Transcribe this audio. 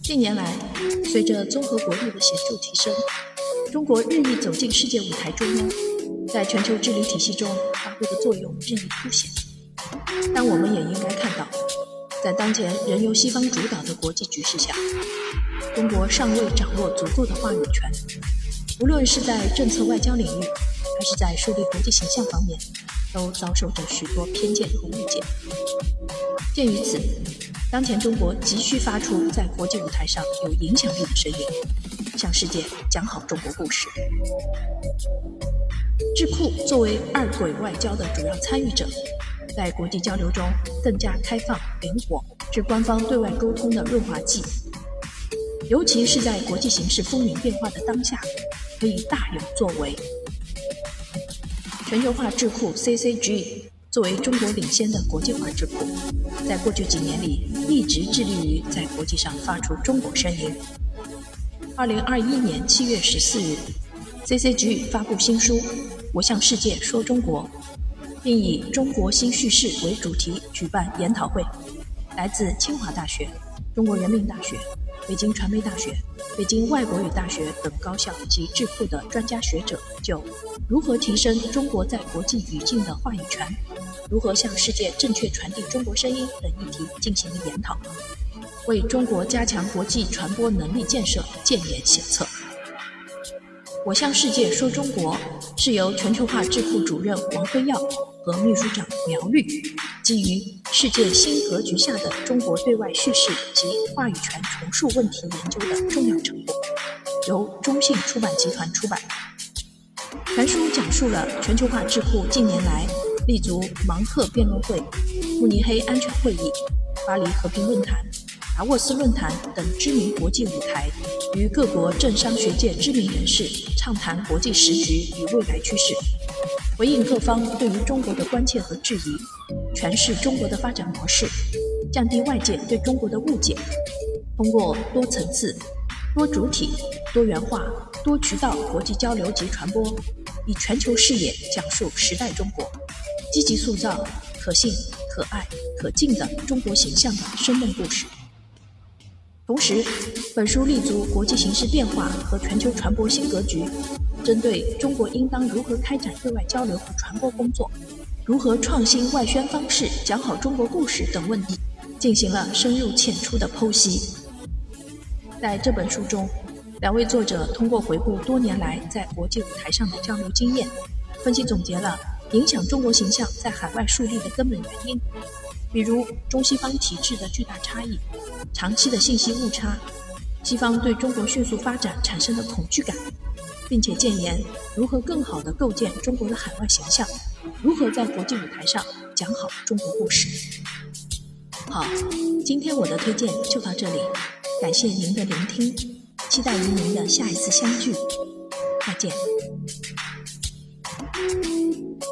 近年来，随着综合国力的显著提升，中国日益走进世界舞台中央，在全球治理体系中发挥的作用日益凸显。但我们也应该看到，在当前仍由西方主导的国际局势下，中国尚未掌握足够的话语权，无论是在政策外交领域，还是在树立国际形象方面，都遭受着许多偏见和误解。鉴于此，当前中国急需发出在国际舞台上有影响力的声音，向世界讲好中国故事。智库作为二轨外交的主要参与者，在国际交流中更加开放灵活，是官方对外沟通的润滑剂。尤其是在国际形势风云变化的当下，可以大有作为。全球化智库 CCG 作为中国领先的国际化智库，在过去几年里一直致力于在国际上发出中国声音。2021年7月14日 CCG 发布新书《我向世界说中国》，并以中国新叙事为主题举办研讨会。来自清华大学、中国人民大学、北京传媒大学、北京外国语大学等高校及智库的专家学者就如何提升中国在国际语境的话语权，如何向世界正确传递中国声音等议题进行了研讨，为中国加强国际传播能力建设建言献策。我向世界说中国是由全球化智库主任王辉耀和秘书长苗绿基于世界新格局下的中国对外叙事及话语权重塑问题研究的重要成果，由中信出版集团出版。全书讲述了全球化智库近年来立足芒特辩论会、慕尼黑安全会议、巴黎和平论坛、达沃斯论坛等知名国际舞台，与各国政商学界知名人士畅谈国际时局与未来趋势，回应各方对于中国的关切和质疑，诠释中国的发展模式，降低外界对中国的误解，通过多层次、多主体、多元化、多渠道国际交流及传播，以全球视野讲述时代中国，积极塑造可信、可爱、可敬的中国形象的生动故事。同时，本书立足国际形势变化和全球传播新格局，针对中国应当如何开展对外交流和传播工作，如何创新外宣方式讲好中国故事等问题，进行了深入浅出的剖析。在这本书中，两位作者通过回顾多年来在国际舞台上的交流经验，分析总结了影响中国形象在海外树立的根本原因，比如中西方体制的巨大差异、长期的信息误差、西方对中国迅速发展产生的恐惧感，并且建言如何更好地构建中国的海外形象，如何在国际舞台上讲好中国故事。好，今天我的推荐就到这里，感谢您的聆听，期待与您的下一次相聚，再见。